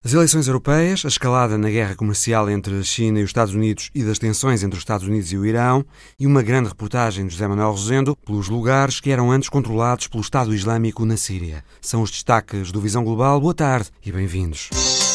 As eleições europeias, a escalada na guerra comercial entre a China e os Estados Unidos e das tensões entre os Estados Unidos e o Irão, e uma grande reportagem de José Manuel Rosendo pelos lugares que eram antes controlados pelo Estado Islâmico na Síria. São os destaques do Visão Global. Boa tarde e bem-vindos.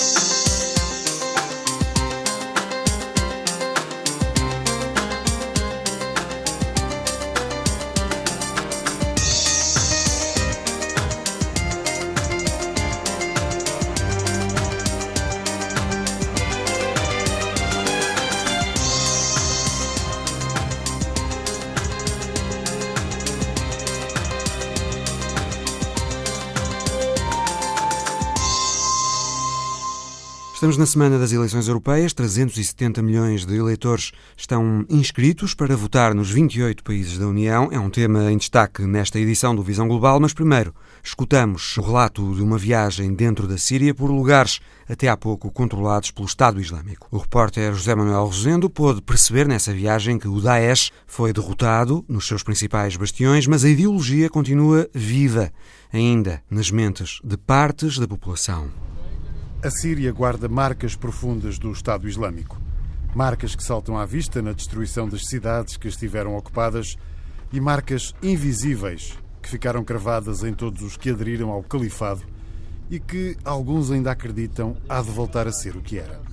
Estamos na semana das eleições europeias. 370 milhões de eleitores estão inscritos para votar nos 28 países da União. É um tema em destaque nesta edição do Visão Global, mas primeiro escutamos o relato de uma viagem dentro da Síria por lugares até há pouco controlados pelo Estado Islâmico. O repórter José Manuel Rosendo pôde perceber nessa viagem que o Daesh foi derrotado nos seus principais bastiões, mas a ideologia continua viva, ainda nas mentes de partes da população. A Síria guarda marcas profundas do Estado Islâmico. Marcas que saltam à vista na destruição das cidades que estiveram ocupadas e marcas invisíveis que ficaram cravadas em todos os que aderiram ao califado e que alguns ainda acreditam há de voltar a ser o que era.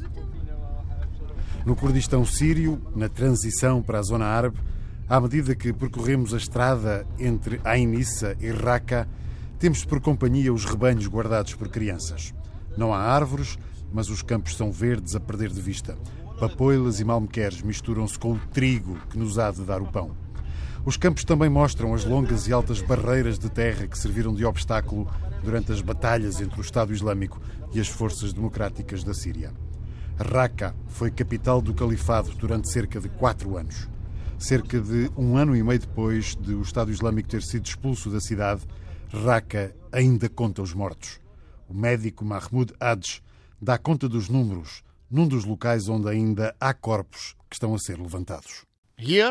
No Kurdistão sírio, na transição para a zona árabe, à medida que percorremos a estrada entre Ain Issa e Raqqa, temos por companhia os rebanhos guardados por crianças. Não há árvores, mas os campos são verdes a perder de vista. Papoilas e malmequeres misturam-se com o trigo que nos há de dar o pão. Os campos também mostram as longas e altas barreiras de terra que serviram de obstáculo durante as batalhas entre o Estado Islâmico e as forças democráticas da Síria. Raqqa foi capital do califado durante cerca de 4 anos. Cerca de 1 ano e meio depois de o Estado Islâmico ter sido expulso da cidade, Raqqa ainda conta os mortos. O médico Mahmoud Hadj dá conta dos números num dos locais onde ainda há corpos que estão a ser levantados. Here,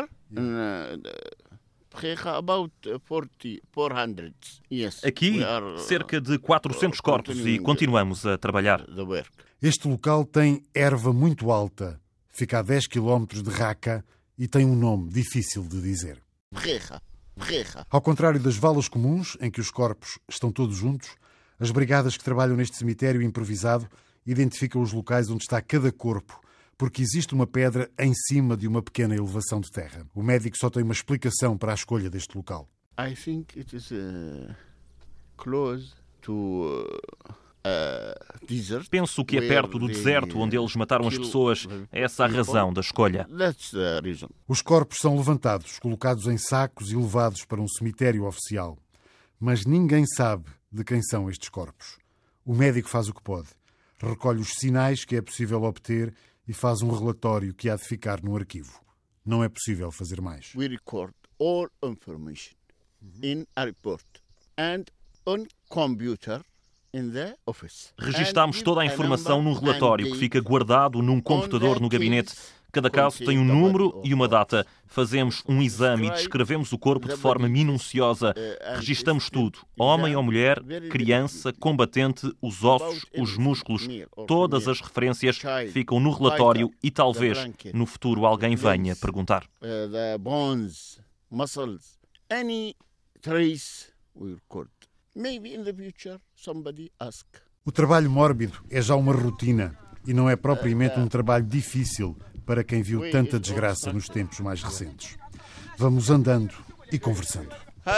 about 400. Yes. Aqui, cerca de 400 corpos e continuamos a trabalhar. Este local tem erva muito alta, fica a 10 km de Raqqa e tem um nome difícil de dizer. Ao contrário das valas comuns, em que os corpos estão todos juntos, as brigadas que trabalham neste cemitério improvisado identificam os locais onde está cada corpo, porque existe uma pedra em cima de uma pequena elevação de terra. O médico só tem uma explicação para a escolha deste local. I think it is close to desert. Penso que é perto do deserto onde eles mataram as pessoas. É essa a razão da escolha. That's the reason. Os corpos são levantados, colocados em sacos e levados para um cemitério oficial. Mas ninguém sabe de quem são estes corpos. O médico faz o que pode. Recolhe os sinais que é possível obter e faz um relatório que há de ficar no arquivo. Não é possível fazer mais. We record all information in a report and on computer in the office. Registámos toda a informação num relatório que fica guardado num computador no gabinete. Cada caso tem um número e uma data. Fazemos um exame e descrevemos o corpo de forma minuciosa. Registamos tudo. Homem ou mulher, criança, combatente, os ossos, os músculos. Todas as referências ficam no relatório e talvez no futuro alguém venha perguntar. The bones, muscles, any trace we record. Maybe in the future somebody ask. O trabalho mórbido é já uma rotina e não é propriamente um trabalho difícil para quem viu tanta desgraça nos tempos mais recentes. Vamos andando e conversando.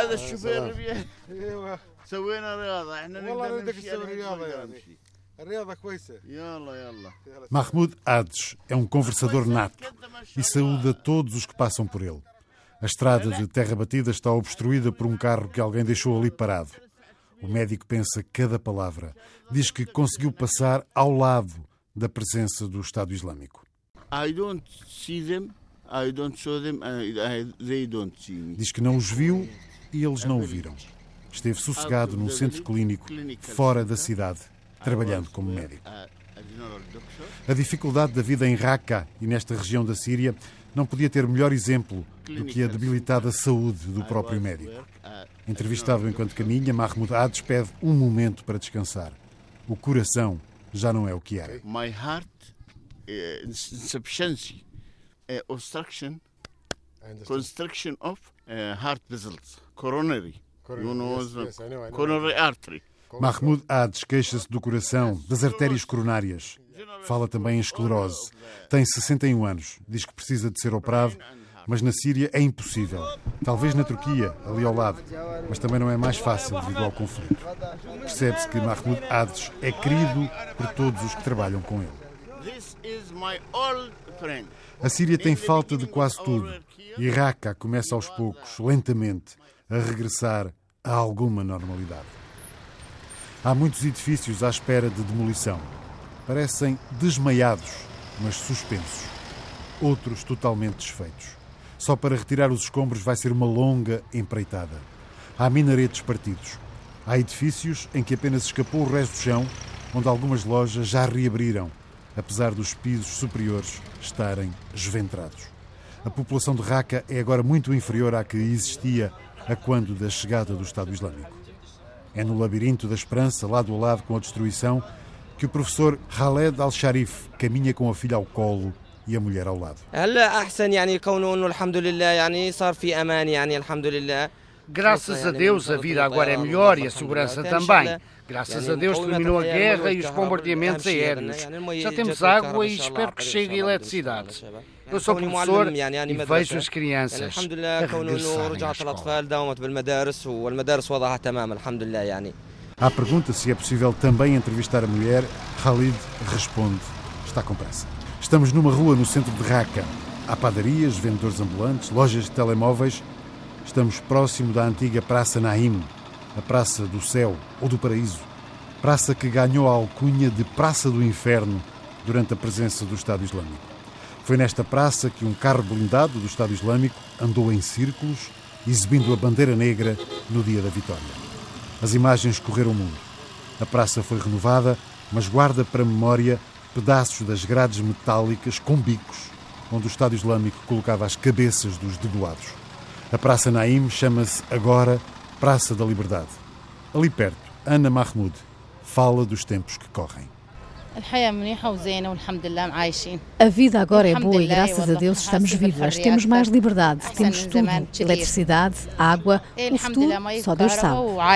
Mahmoud Hadj é um conversador nato e saúda todos os que passam por ele. A estrada de terra batida está obstruída por um carro que alguém deixou ali parado. O médico pensa cada palavra. Diz que conseguiu passar ao lado da presença do Estado Islâmico. I don't see them, I don't show them, they don't see me. Diz que não os viu e eles não o viram. Esteve sossegado num centro clínico fora da cidade, trabalhando como médico. A dificuldade da vida em Raqqa e nesta região da Síria não podia ter melhor exemplo do que a debilitada saúde do próprio médico. Entrevistado enquanto caminha, Mahmoud Hadj pede um momento para descansar. O coração já não é o que era. My heart insufficiency, obstruction, constriction of heart vessels, coronary. Coronary artery. Mahmoud Ades queixa-se do coração, das artérias coronárias. Fala também em esclerose. Tem 61 anos. Diz que precisa de ser operado, mas na Síria é impossível. Talvez na Turquia, ali ao lado. Mas também não é mais fácil devido ao conflito. Percebe-se que Mahmoud Ades é querido por todos os que trabalham com ele. A Síria tem falta de quase tudo. E Raqqa começa aos poucos, lentamente, a regressar a alguma normalidade. Há muitos edifícios à espera de demolição. Parecem desmaiados, mas suspensos. Outros totalmente desfeitos. Só para retirar os escombros vai ser uma longa empreitada. Há minaretes partidos. Há edifícios em que apenas escapou o resto do chão, onde algumas lojas já reabriram, apesar dos pisos superiores estarem esventrados. A população de Raqqa é agora muito inferior à que existia a quando da chegada do Estado Islâmico. É no labirinto da esperança, lado a lado com a destruição, que o professor Khaled Al-Sharif caminha com a filha ao colo e a mulher ao lado. Graças a Deus a vida agora é melhor e a segurança também. Graças a Deus terminou a guerra e os bombardeamentos aéreos. Já temos água e espero que chegue a eletricidade. Eu sou professor e vejo as crianças a regressarem à escola. À pergunta se é possível também entrevistar a mulher, Khalid responde: está com pressa. Estamos numa rua no centro de Raqqa. Há padarias, vendedores ambulantes, lojas de telemóveis. Estamos próximo da antiga Praça Naim, a Praça do Céu ou do Paraíso. Praça que ganhou a alcunha de Praça do Inferno durante a presença do Estado Islâmico. Foi nesta praça que um carro blindado do Estado Islâmico andou em círculos, exibindo a bandeira negra no dia da vitória. As imagens correram o mundo. A praça foi renovada, mas guarda para memória pedaços das grades metálicas com bicos, onde o Estado Islâmico colocava as cabeças dos degolados. A Praça Naim chama-se agora Praça da Liberdade. Ali perto, Ana Mahmoud fala dos tempos que correm. A vida agora é boa e graças a Deus estamos vivas. Temos mais liberdade, temos tudo. Eletricidade, água, o futuro só Deus sabe.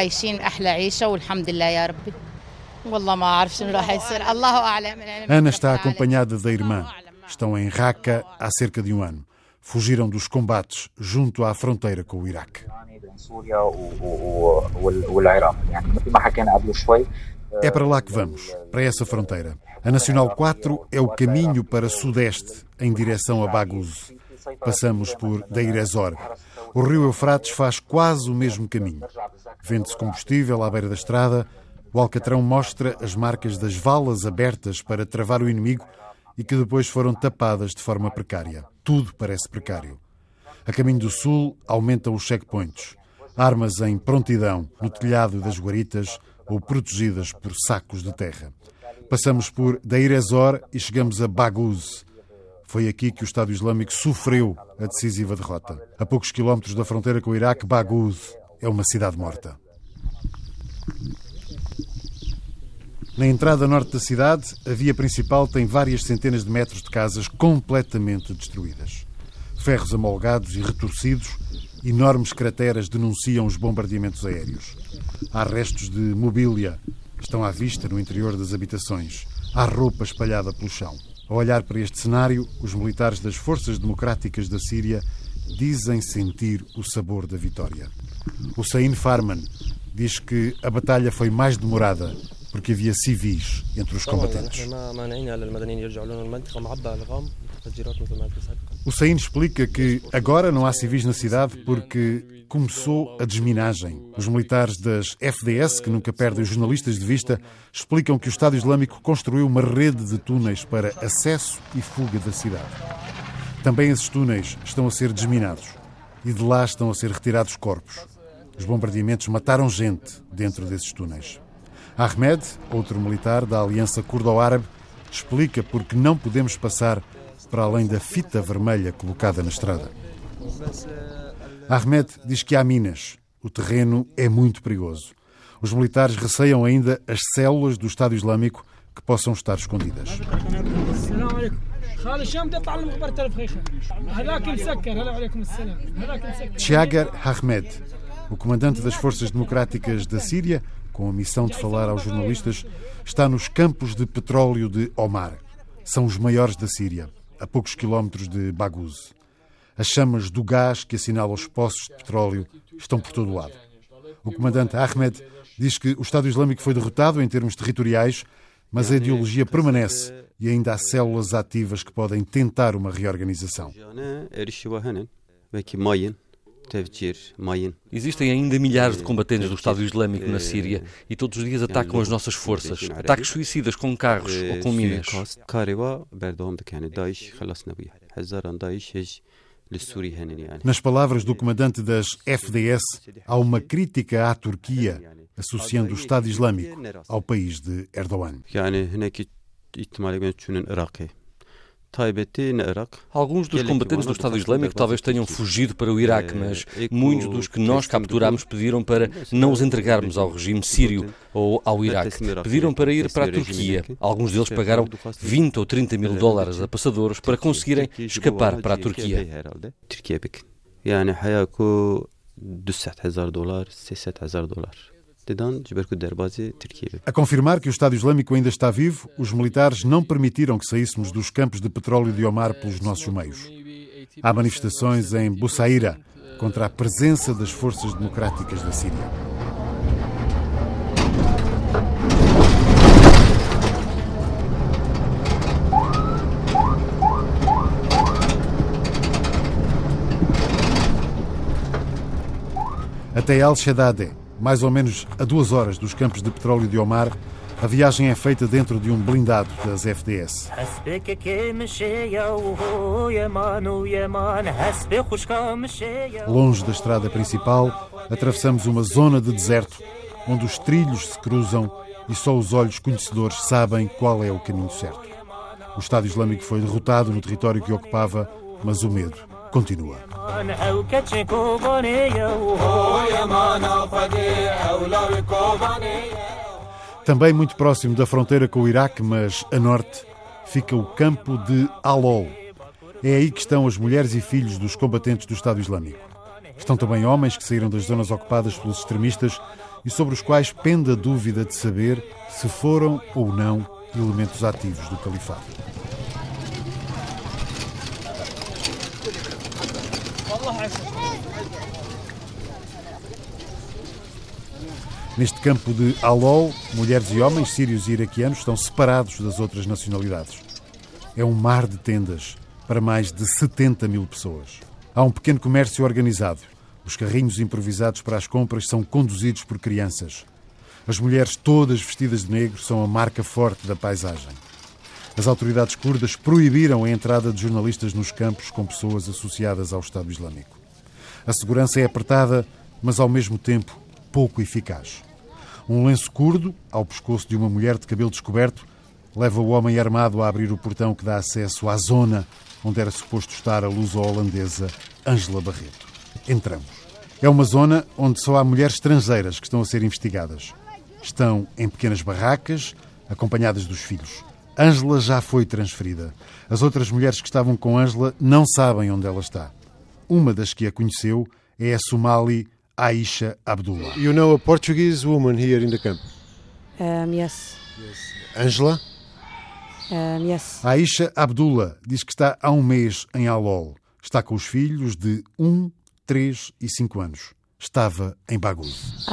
Ana está acompanhada da irmã. Estão em Raqqa há cerca de um ano. Fugiram dos combates junto à fronteira com o Iraque. É para lá que vamos, para essa fronteira. A Nacional 4 é o caminho para sudeste, em direção a Baghouz. Passamos por Deir ez-Zor. O rio Eufrates faz quase o mesmo caminho. Vende-se combustível à beira da estrada. O alcatrão mostra as marcas das valas abertas para travar o inimigo e que depois foram tapadas de forma precária. Tudo parece precário. A caminho do sul aumentam os checkpoints. Armas em prontidão no telhado das guaritas ou protegidas por sacos de terra. Passamos por Deir ez-Zor e chegamos a Baghouz. Foi aqui que o Estado Islâmico sofreu a decisiva derrota. A poucos quilómetros da fronteira com o Iraque, Baghouz é uma cidade morta. Na entrada norte da cidade, a via principal tem várias centenas de metros de casas completamente destruídas. Ferros amolgados e retorcidos, enormes crateras denunciam os bombardeamentos aéreos. Há restos de mobília, estão à vista no interior das habitações. Há roupa espalhada pelo chão. Ao olhar para este cenário, os militares das Forças Democráticas da Síria dizem sentir o sabor da vitória. Hussein Farman diz que a batalha foi mais demorada porque havia civis entre os combatentes. Hussein explica que agora não há civis na cidade porque começou a desminagem. Os militares das FDS, que nunca perdem os jornalistas de vista, explicam que o Estado Islâmico construiu uma rede de túneis para acesso e fuga da cidade. Também esses túneis estão a ser desminados e de lá estão a ser retirados corpos. Os bombardeamentos mataram gente dentro desses túneis. Ahmed, outro militar da Aliança Curdo-Árabe, explica porque não podemos passar para além da fita vermelha colocada na estrada. Ahmed diz que há minas. O terreno é muito perigoso. Os militares receiam ainda as células do Estado Islâmico que possam estar escondidas. Tiager Ahmed, o comandante das Forças Democráticas da Síria, com a missão de falar aos jornalistas, está nos campos de petróleo de Omar. São os maiores da Síria, a poucos quilómetros de Baghouz. As chamas do gás que assinala os poços de petróleo estão por todo o lado. O comandante Ahmed diz que o Estado Islâmico foi derrotado em termos territoriais, mas a ideologia permanece e ainda há células ativas que podem tentar uma reorganização. Existem ainda milhares de combatentes do Estado Islâmico na Síria e todos os dias atacam as nossas forças. Ataques suicidas com carros ou com minas. Nas palavras do comandante das FDS, há uma crítica à Turquia, associando o Estado Islâmico ao país de Erdogan. Alguns dos combatentes do Estado Islâmico talvez tenham fugido para o Iraque, mas muitos dos que nós capturámos pediram para não os entregarmos ao regime sírio ou ao Iraque. Pediram para ir para a Turquia. Alguns deles pagaram 20 ou 30 mil dólares a passadores para conseguirem escapar para a Turquia. A confirmar que o Estado Islâmico ainda está vivo, os militares não permitiram que saíssemos dos campos de petróleo de Omar pelos nossos meios. Há manifestações em Bussaíra contra a presença das forças democráticas da Síria. Até Al-Shadade, mais ou menos a 2 horas dos campos de petróleo de Omar, a viagem é feita dentro de um blindado das FDS. Longe da estrada principal, atravessamos uma zona de deserto, onde os trilhos se cruzam e só os olhos conhecedores sabem qual é o caminho certo. O Estado Islâmico foi derrotado no território que ocupava, mas o medo continua. Também muito próximo da fronteira com o Iraque, mas a norte, fica o campo de Al-Hol. É aí que estão as mulheres e filhos dos combatentes do Estado Islâmico. Estão também homens que saíram das zonas ocupadas pelos extremistas e sobre os quais pende a dúvida de saber se foram ou não elementos ativos do califado. Neste campo de Al-Hol, mulheres e homens, sírios e iraquianos, estão separados das outras nacionalidades. É um mar de tendas para mais de 70 mil pessoas. Há um pequeno comércio organizado. Os carrinhos improvisados para as compras são conduzidos por crianças. As mulheres, todas vestidas de negro, são a marca forte da paisagem. As autoridades curdas proibiram a entrada de jornalistas nos campos com pessoas associadas ao Estado Islâmico. A segurança é apertada, mas ao mesmo tempo pouco eficaz. Um lenço curdo, ao pescoço de uma mulher de cabelo descoberto, leva o homem armado a abrir o portão que dá acesso à zona onde era suposto estar a luso-holandesa Ângela Barreto. Entramos. É uma zona onde só há mulheres estrangeiras que estão a ser investigadas. Estão em pequenas barracas, acompanhadas dos filhos. Ângela já foi transferida. As outras mulheres que estavam com Ângela não sabem onde ela está. Uma das que a conheceu é a somali Aisha Abdullah. You know a Portuguese woman here in the camp? Yes. Angela? Yes. Aisha Abdullah diz que está há um mês em Al-Hol. Está com os filhos de 1, 3 e 5 anos. Estava em Baghouz.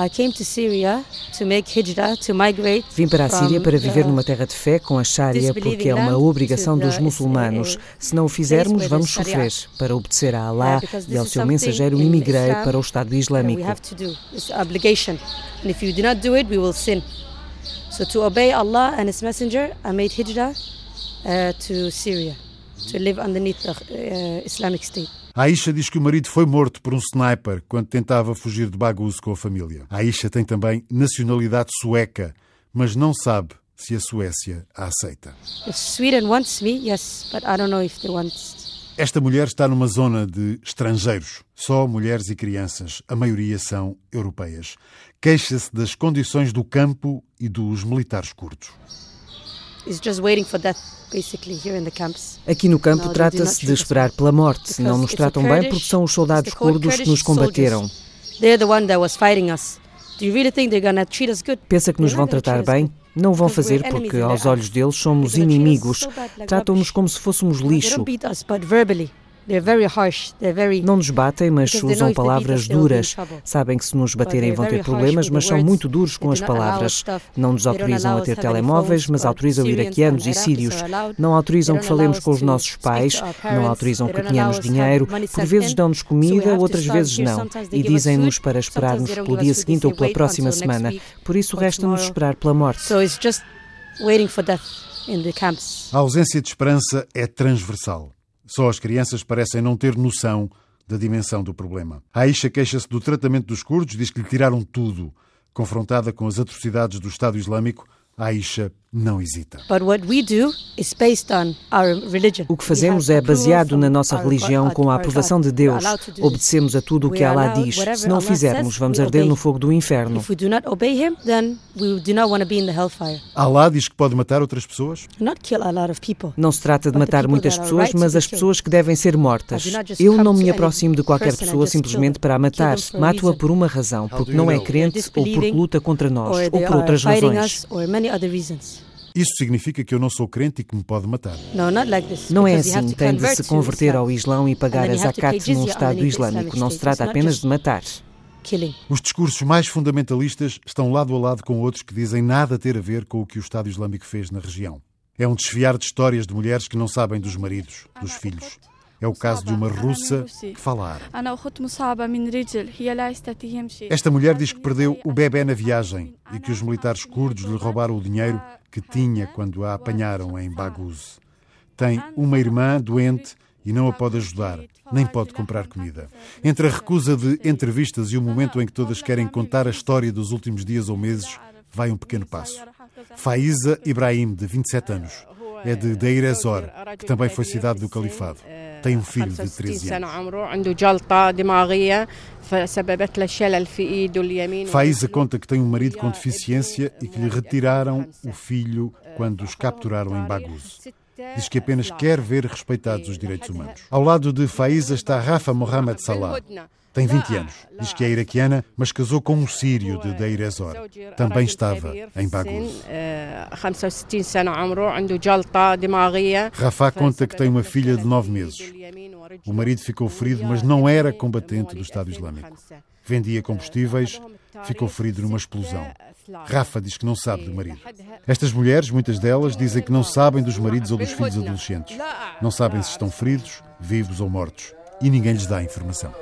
Vim para a Síria para viver numa terra de fé com a Sharia, porque é uma obrigação dos muçulmanos. Se não o fizermos, vamos sofrer. Para obedecer a Allah e ao seu mensageiro, imigrei para o Estado Islâmico. So to obey Allah and His Messenger, I made hijrah to Syria, to live underneath the Islamic State. Aisha diz que o marido foi morto por um sniper quando tentava fugir de Baghouz com a família. Aisha tem também nacionalidade sueca, mas não sabe se a Suécia a aceita. If Sweden wants me, yes, but I don't know if they want. Esta mulher está numa zona de estrangeiros. Só mulheres e crianças. A maioria são europeias. Queixa-se das condições do campo e dos militares curdos. Aqui no campo trata-se de esperar pela morte. Não nos tratam bem porque são os soldados curdos que nos combateram. Pensa que nos vão tratar bem? Não vão fazer porque aos olhos deles somos inimigos. Tratam-nos como se fôssemos lixo. Não nos batem, mas usam palavras duras. Sabem que se nos baterem vão ter problemas, mas são muito duros com as palavras. Não nos autorizam a ter telemóveis, mas autorizam iraquianos e sírios. Não autorizam que falemos com os nossos pais, não autorizam que tenhamos dinheiro. Por vezes dão-nos comida, outras vezes não. E dizem-nos para esperarmos pelo dia seguinte ou pela próxima semana. Por isso resta-nos esperar pela morte. A ausência de esperança é transversal. Só as crianças parecem não ter noção da dimensão do problema. A Aisha queixa-se do tratamento dos curdos, diz que lhe tiraram tudo. Confrontada com as atrocidades do Estado Islâmico, a Aisha não hesita. O que fazemos é baseado na nossa religião com a aprovação de Deus. Obedecemos a tudo o que Allah diz. Se não o fizermos, vamos arder no fogo do inferno. Allah diz que pode matar outras pessoas? Não se trata de matar muitas pessoas, mas as pessoas que devem ser mortas. Eu não me aproximo de qualquer pessoa simplesmente para a matar. Mato-a por uma razão, porque não é crente ou porque luta contra nós, ou por outras razões. Isso significa que eu não sou crente e que me pode matar? Não é assim. Tem de se converter ao Islão e pagar a zakat num Estado Islâmico. Não se trata apenas de matar. Os discursos mais fundamentalistas estão lado a lado com outros que dizem nada ter a ver com o que o Estado Islâmico fez na região. É um desfiar de histórias de mulheres que não sabem dos maridos, dos filhos. É o caso de uma russa que fala árabe. Esta mulher diz que perdeu o bebé na viagem e que os militares curdos lhe roubaram o dinheiro que tinha quando a apanharam em Baghouz. Tem uma irmã doente e não a pode ajudar, nem pode comprar comida. Entre a recusa de entrevistas e o momento em que todas querem contar a história dos últimos dias ou meses, vai um pequeno passo. Faiza Ibrahim, de 27 anos, é de Deir ez-Zor, que também foi cidade do Califado. Tem um filho de 13 anos. Faiza conta que tem um marido com deficiência e que lhe retiraram o filho quando os capturaram em Baghouz. Diz que apenas quer ver respeitados os direitos humanos. Ao lado de Faiza está Rafa Mohamed Salah. Tem 20 anos. Diz que é iraquiana, mas casou com um sírio de Deir ez-Zor. Também estava em Baghouz. Rafa conta que tem uma filha de 9 meses. O marido ficou ferido, mas não era combatente do Estado Islâmico. Vendia combustíveis, ficou ferido numa explosão. Rafa diz que não sabe do marido. Estas mulheres, muitas delas, dizem que não sabem dos maridos ou dos filhos adolescentes. Não sabem se estão feridos, vivos ou mortos. E ninguém lhes dá informação.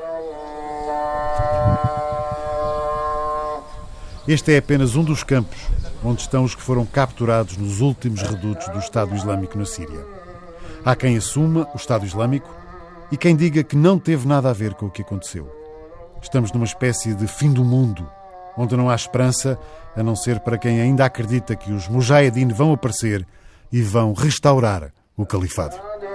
Este é apenas um dos campos onde estão os que foram capturados nos últimos redutos do Estado Islâmico na Síria. Há quem assuma o Estado Islâmico e quem diga que não teve nada a ver com o que aconteceu. Estamos numa espécie de fim do mundo, onde não há esperança, a não ser para quem ainda acredita que os Mujahedin vão aparecer e vão restaurar o califado.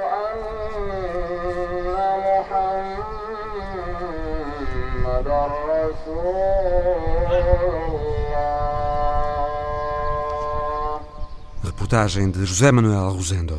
Reportagem de José Manuel Rosendo.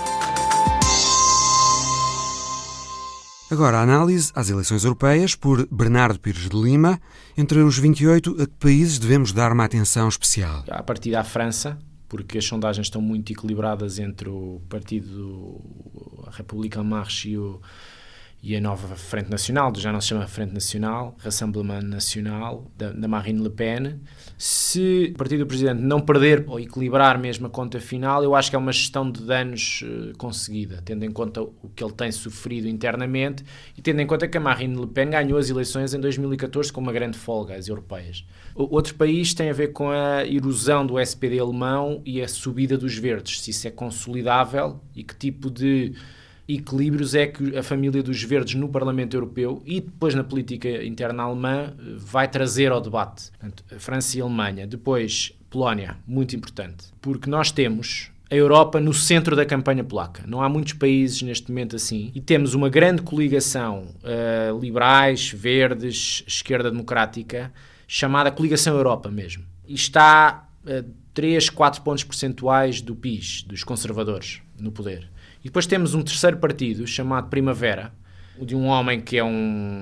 Agora a análise às eleições europeias por Bernardo Pires de Lima. Entre os 28, a que países devemos dar uma atenção especial? A partir da França, porque as sondagens estão muito equilibradas entre o partido República En Marche e a nova Frente Nacional, já não se chama Frente Nacional, Rassemblement Nacional, da Marine Le Pen. Se o partido do Presidente não perder ou equilibrar mesmo a conta final, eu acho que é uma gestão de danos conseguida, tendo em conta o que ele tem sofrido internamente e tendo em conta que a Marine Le Pen ganhou as eleições em 2014 com uma grande folga, as europeias. Outro país tem a ver com a erosão do SPD alemão e a subida dos verdes, se isso é consolidável e que tipo de equilíbrios é que a família dos verdes no Parlamento Europeu e depois na política interna alemã vai trazer ao debate. Portanto, a França e a Alemanha. Depois, Polónia, muito importante, porque nós temos a Europa no centro da campanha polaca. Não há muitos países neste momento assim. E temos uma grande coligação liberais, verdes, esquerda democrática, chamada Coligação Europa mesmo. E está 3, 4 pontos percentuais do PIS, dos conservadores, no poder. E depois temos um terceiro partido, chamado Primavera, de um homem que é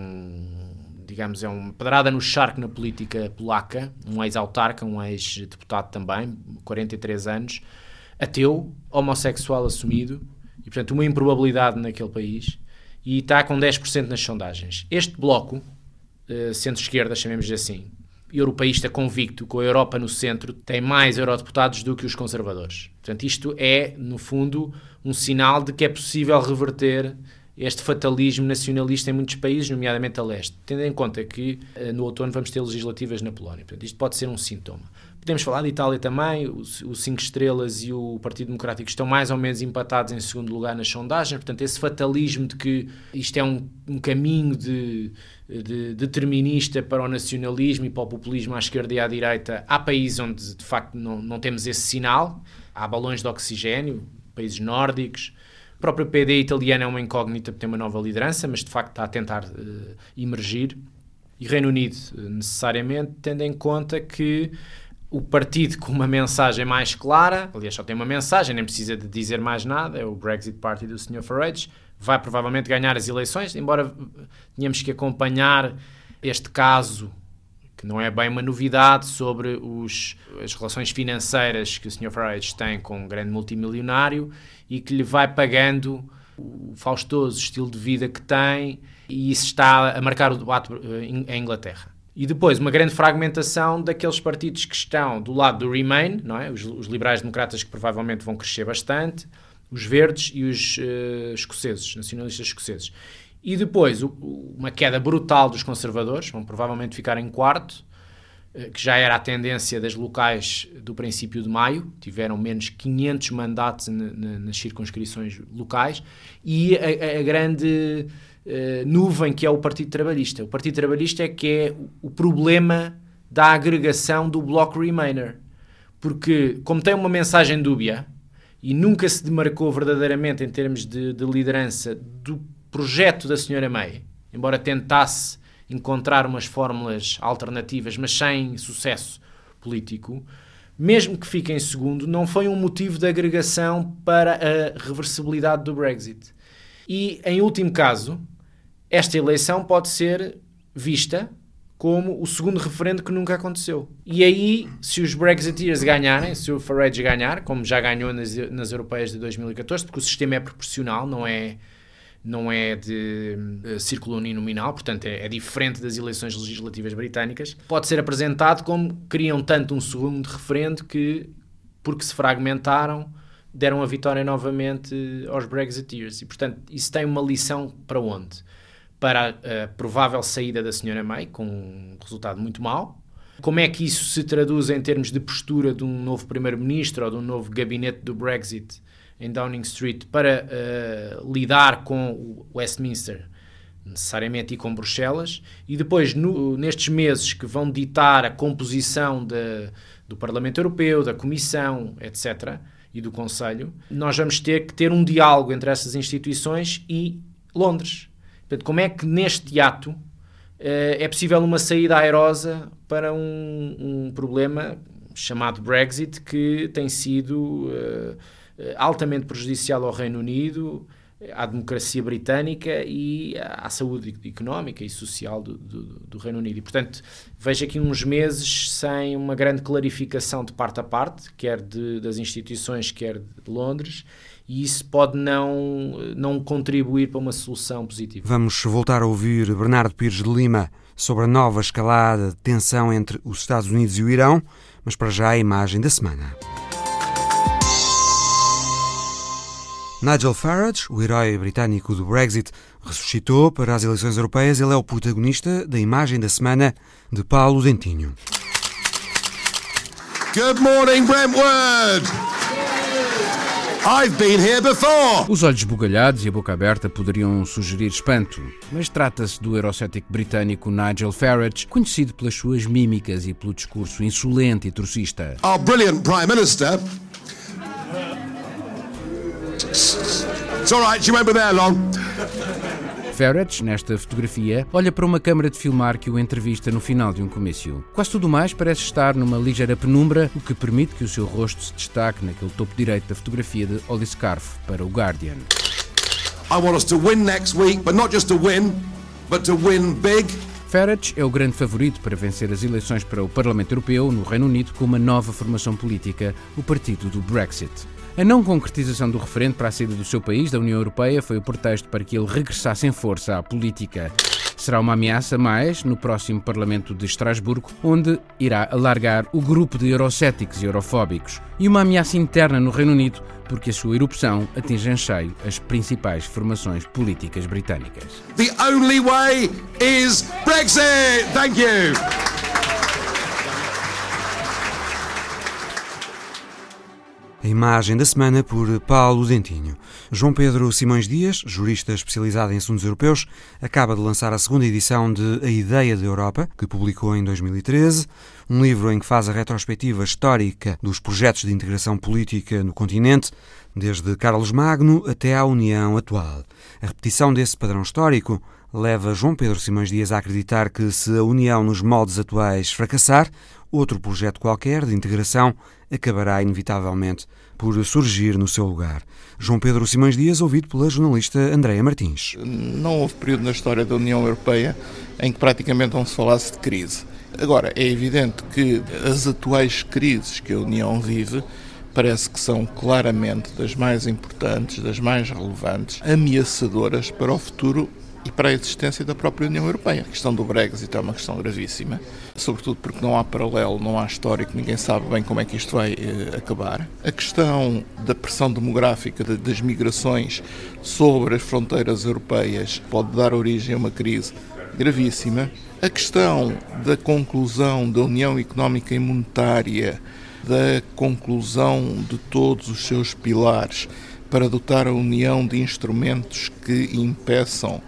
digamos, é uma pedrada no charco na política polaca, um ex-autarca, um ex-deputado também, 43 anos, ateu, homossexual assumido, e portanto uma improbabilidade naquele país, e está com 10% nas sondagens. Este bloco, centro-esquerda, chamemos assim, europeísta convicto, com a Europa no centro, tem mais eurodeputados do que os conservadores. Portanto, isto é, no fundo, um sinal de que é possível reverter este fatalismo nacionalista em muitos países, nomeadamente a leste, tendo em conta que no outono vamos ter legislativas na Polónia. Portanto, isto pode ser um sintoma. Podemos falar de Itália também, o 5 Estrelas e o Partido Democrático estão mais ou menos empatados em segundo lugar nas sondagens, portanto esse fatalismo de que isto é um caminho de determinista para o nacionalismo e para o populismo à esquerda e à direita, há países onde de facto não temos esse sinal, há balões de oxigênio, países nórdicos. O próprio PD italiano é uma incógnita, porque tem uma nova liderança, mas de facto está a tentar emergir. E Reino Unido, necessariamente, tendo em conta que o partido com uma mensagem mais clara, aliás só tem uma mensagem, nem precisa de dizer mais nada, é o Brexit Party do Sr. Farage, vai provavelmente ganhar as eleições, embora tenhamos que acompanhar este caso, que não é bem uma novidade, sobre as relações financeiras que o Sr. Farage tem com um grande multimilionário e que lhe vai pagando o faustoso estilo de vida que tem, e isso está a marcar o debate em Inglaterra. E depois uma grande fragmentação daqueles partidos que estão do lado do Remain, não é? Os liberais-democratas, que provavelmente vão crescer bastante, os verdes e os escoceses, nacionalistas escoceses. E depois uma queda brutal dos conservadores, vão provavelmente ficar em quarto, que já era a tendência das locais do princípio de maio, tiveram menos 500 mandatos nas circunscrições locais, e a grande nuvem que é o Partido Trabalhista. O Partido Trabalhista é que é o problema da agregação do bloco Remainer, porque como tem uma mensagem dúbia e nunca se demarcou verdadeiramente em termos de liderança do projeto da Sra. May, embora tentasse encontrar umas fórmulas alternativas, mas sem sucesso político, mesmo que fique em segundo, não foi um motivo de agregação para a reversibilidade do Brexit. E, em último caso, esta eleição pode ser vista como o segundo referendo que nunca aconteceu. E aí, se os Brexiteers ganharem, se o Farage ganhar, como já ganhou nas europeias de 2014, porque o sistema é proporcional, não é de círculo uninominal, portanto é diferente das eleições legislativas britânicas, pode ser apresentado como queriam tanto um segundo referendo que, porque se fragmentaram, deram a vitória novamente aos Brexiteers. E, portanto, isso tem uma lição para onde? Para a provável saída da Sra. May, com um resultado muito mau. Como é que isso se traduz em termos de postura de um novo primeiro-ministro ou de um novo gabinete do Brexit em Downing Street para lidar com o Westminster, necessariamente, e com Bruxelas, e depois, nestes meses que vão ditar a composição do Parlamento Europeu, da Comissão, etc., e do Conselho, nós vamos ter que ter um diálogo entre essas instituições e Londres. Portanto, como é que neste ato é possível uma saída airosa para um problema chamado Brexit, que tem sido altamente prejudicial ao Reino Unido, à democracia britânica e à saúde económica e social do Reino Unido. E, portanto, vejo aqui uns meses sem uma grande clarificação de parte a parte, quer das instituições, quer de Londres, e isso pode não contribuir para uma solução positiva. Vamos voltar a ouvir Bernardo Pires de Lima sobre a nova escalada de tensão entre os Estados Unidos e o Irão, mas para já a imagem da semana. Nigel Farage, o herói britânico do Brexit, ressuscitou para as eleições europeias. Ele é o protagonista da imagem da semana de Paulo Dentinho. Good morning, Brentwood! I've been here before! Os olhos bugalhados e a boca aberta poderiam sugerir espanto, mas trata-se do eurocético britânico Nigel Farage, conhecido pelas suas mímicas e pelo discurso insolente e trocista. Our brilliant Prime Minister... It's all right, she won't be there long. Farage, nesta fotografia, olha para uma câmara de filmar que o entrevista no final de um comício. Quase tudo mais parece estar numa ligeira penumbra, o que permite que o seu rosto se destaque naquele topo direito da fotografia de Ollie Scarfe para o Guardian. I want us to win next week, but not just to win, but to win big. Farage é o grande favorito para vencer as eleições para o Parlamento Europeu no Reino Unido com uma nova formação política, o partido do Brexit. A não concretização do referendo para a saída do seu país da União Europeia foi o pretexto para que ele regressasse em força à política. Será uma ameaça mais no próximo Parlamento de Estrasburgo, onde irá alargar o grupo de eurocéticos e eurofóbicos. E uma ameaça interna no Reino Unido, porque a sua erupção atinge em cheio as principais formações políticas britânicas. The only way is Brexit! Thank you! A imagem da semana por Paulo Dentinho. João Pedro Simões Dias, jurista especializado em assuntos europeus, acaba de lançar a segunda edição de A Ideia da Europa, que publicou em 2013, um livro em que faz a retrospectiva histórica dos projetos de integração política no continente, desde Carlos Magno até à União atual. A repetição desse padrão histórico leva João Pedro Simões Dias a acreditar que, se a União nos moldes atuais fracassar, outro projeto qualquer de integração acabará inevitavelmente por surgir no seu lugar. João Pedro Simões Dias, ouvido pela jornalista Andreia Martins. Não houve período na história da União Europeia em que praticamente não se falasse de crise. Agora, é evidente que as atuais crises que a União vive parece que são claramente das mais importantes, das mais relevantes, ameaçadoras para o futuro e para a existência da própria União Europeia. A questão do Brexit é uma questão gravíssima, sobretudo porque não há paralelo, não há histórico, ninguém sabe bem como é que isto vai acabar. A questão da pressão demográfica, das migrações sobre as fronteiras europeias pode dar origem a uma crise gravíssima. A questão da conclusão da União Económica e Monetária, da conclusão de todos os seus pilares para dotar a União de instrumentos que impeçam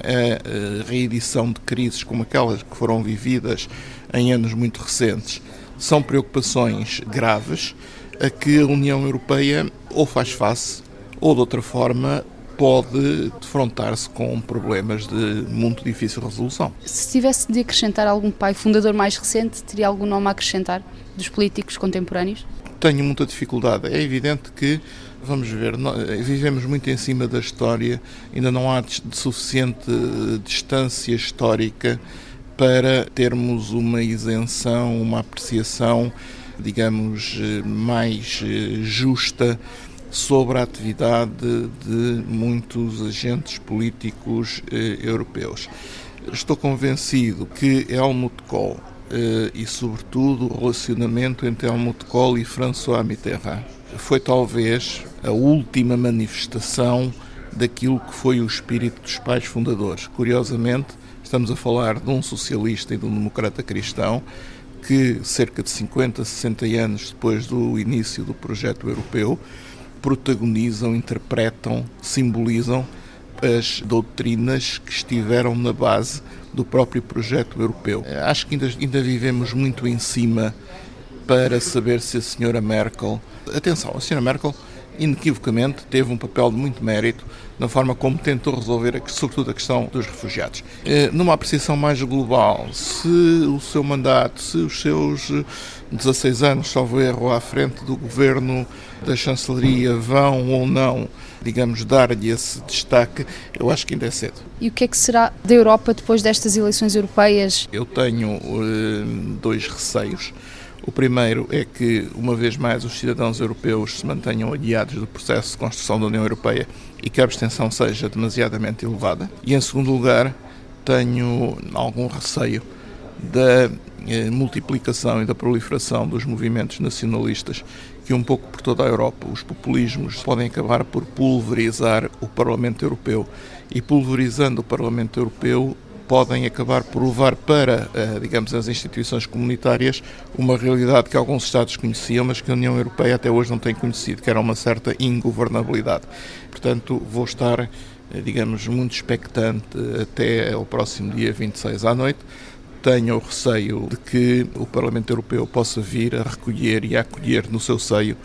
a reedição de crises como aquelas que foram vividas em anos muito recentes, são preocupações graves a que a União Europeia ou faz face ou de outra forma pode defrontar-se com problemas de muito difícil resolução. Se tivesse de acrescentar algum pai fundador mais recente, teria algum nome a acrescentar dos políticos contemporâneos? Tenho muita dificuldade. É evidente que, vamos ver, vivemos muito em cima da história, ainda não há suficiente distância histórica para termos uma isenção, uma apreciação, digamos, mais justa sobre a atividade de muitos agentes políticos europeus. Estou convencido que Helmut Kohl e, sobretudo, o relacionamento entre Helmut Kohl e François Mitterrand foi talvez a última manifestação daquilo que foi o espírito dos pais fundadores. Curiosamente, estamos a falar de um socialista e de um democrata cristão que, cerca de 50, 60 anos depois do início do projeto europeu, protagonizam, interpretam, simbolizam as doutrinas que estiveram na base do próprio projeto europeu. Acho que ainda vivemos muito em cima para saber se a senhora Merkel... Atenção, a senhora Merkel inequivocamente teve um papel de muito mérito na forma como tentou resolver, sobretudo, a questão dos refugiados. Numa apreciação mais global, se o seu mandato, se os seus 16 anos, salvo erro, à frente do governo da chancelaria vão ou não, digamos, dar-lhe esse destaque, eu acho que ainda é cedo. E o que é que será da Europa depois destas eleições europeias? Eu tenho dois receios. O primeiro é que, uma vez mais, os cidadãos europeus se mantenham aliados do processo de construção da União Europeia e que a abstenção seja demasiadamente elevada. E, em segundo lugar, tenho algum receio da multiplicação e da proliferação dos movimentos nacionalistas que, um pouco por toda a Europa, os populismos podem acabar por pulverizar o Parlamento Europeu. E, pulverizando o Parlamento Europeu, podem acabar por levar para, digamos, as instituições comunitárias uma realidade que alguns Estados conheciam, mas que a União Europeia até hoje não tem conhecido, que era uma certa ingovernabilidade. Portanto, vou estar, digamos, muito expectante até ao próximo dia 26 à noite. Tenho o receio de que o Parlamento Europeu possa vir a recolher e a acolher no seu seio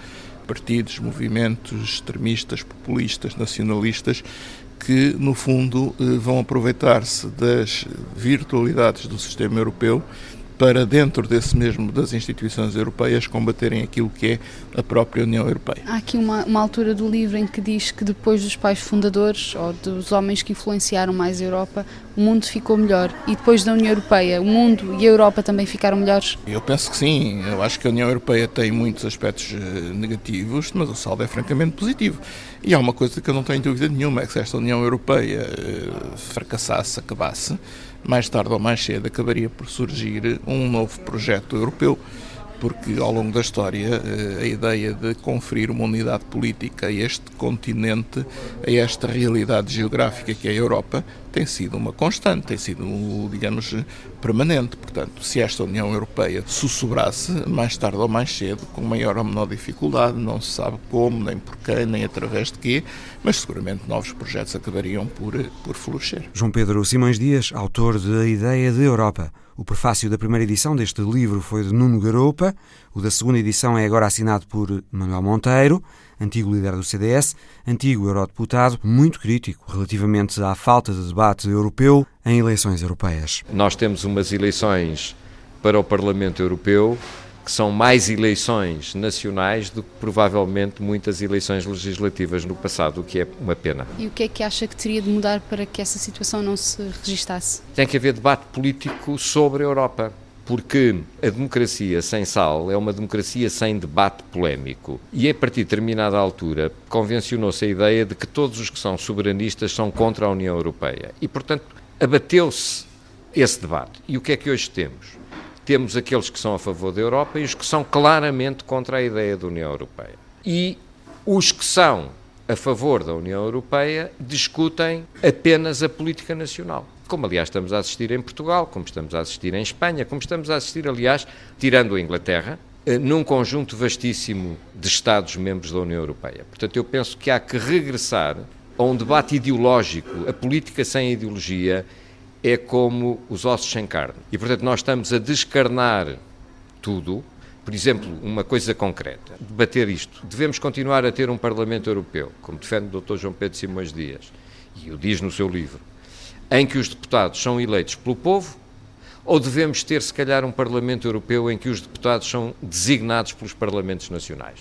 partidos, movimentos extremistas, populistas, nacionalistas, que, no fundo, vão aproveitar-se das virtualidades do sistema europeu para, dentro desse mesmo das instituições europeias, combaterem aquilo que é a própria União Europeia. Há aqui uma altura do livro em que diz que depois dos pais fundadores, ou dos homens que influenciaram mais a Europa, o mundo ficou melhor. E depois da União Europeia, o mundo e a Europa também ficaram melhores? Eu penso que sim. Eu acho que a União Europeia tem muitos aspectos negativos, mas o saldo é francamente positivo. E há uma coisa que eu não tenho dúvida nenhuma, é que se esta União Europeia fracassasse, acabasse, mais tarde ou mais cedo acabaria por surgir um novo projeto europeu, porque ao longo da história a ideia de conferir uma unidade política a este continente, a esta realidade geográfica que é a Europa, tem sido uma constante, tem sido, digamos, permanente. Portanto, se esta União Europeia sussurrasse, mais tarde ou mais cedo, com maior ou menor dificuldade, não se sabe como, nem porquê, nem através de quê, mas seguramente novos projetos acabariam por florescer. João Pedro Simões Dias, autor de A Ideia de Europa. O prefácio da primeira edição deste livro foi de Nuno Garopa, o da segunda edição é agora assinado por Manuel Monteiro, antigo líder do CDS, antigo eurodeputado, muito crítico relativamente à falta de debate europeu em eleições europeias. Nós temos umas eleições para o Parlamento Europeu que são mais eleições nacionais do que provavelmente muitas eleições legislativas no passado, o que é uma pena. E o que é que acha que teria de mudar para que essa situação não se registasse? Tem que haver debate político sobre a Europa, porque a democracia sem sal é uma democracia sem debate polémico. E a partir de determinada altura convencionou-se a ideia de que todos os que são soberanistas são contra a União Europeia. E, portanto, abateu-se esse debate. E o que é que hoje temos? Temos aqueles que são a favor da Europa e os que são claramente contra a ideia da União Europeia. E os que são a favor da União Europeia discutem apenas a política nacional. Como, aliás, estamos a assistir em Portugal, como estamos a assistir em Espanha, como estamos a assistir, aliás, tirando a Inglaterra, num conjunto vastíssimo de Estados-membros da União Europeia. Portanto, eu penso que há que regressar a um debate ideológico. A política sem ideologia é como os ossos sem carne. E, portanto, nós estamos a descarnar tudo. Por exemplo, uma coisa concreta, debater isto. Devemos continuar a ter um Parlamento Europeu, como defende o Dr. João Pedro Simões Dias, e o diz no seu livro, em que os deputados são eleitos pelo povo, ou devemos ter, se calhar, um Parlamento Europeu em que os deputados são designados pelos Parlamentos Nacionais?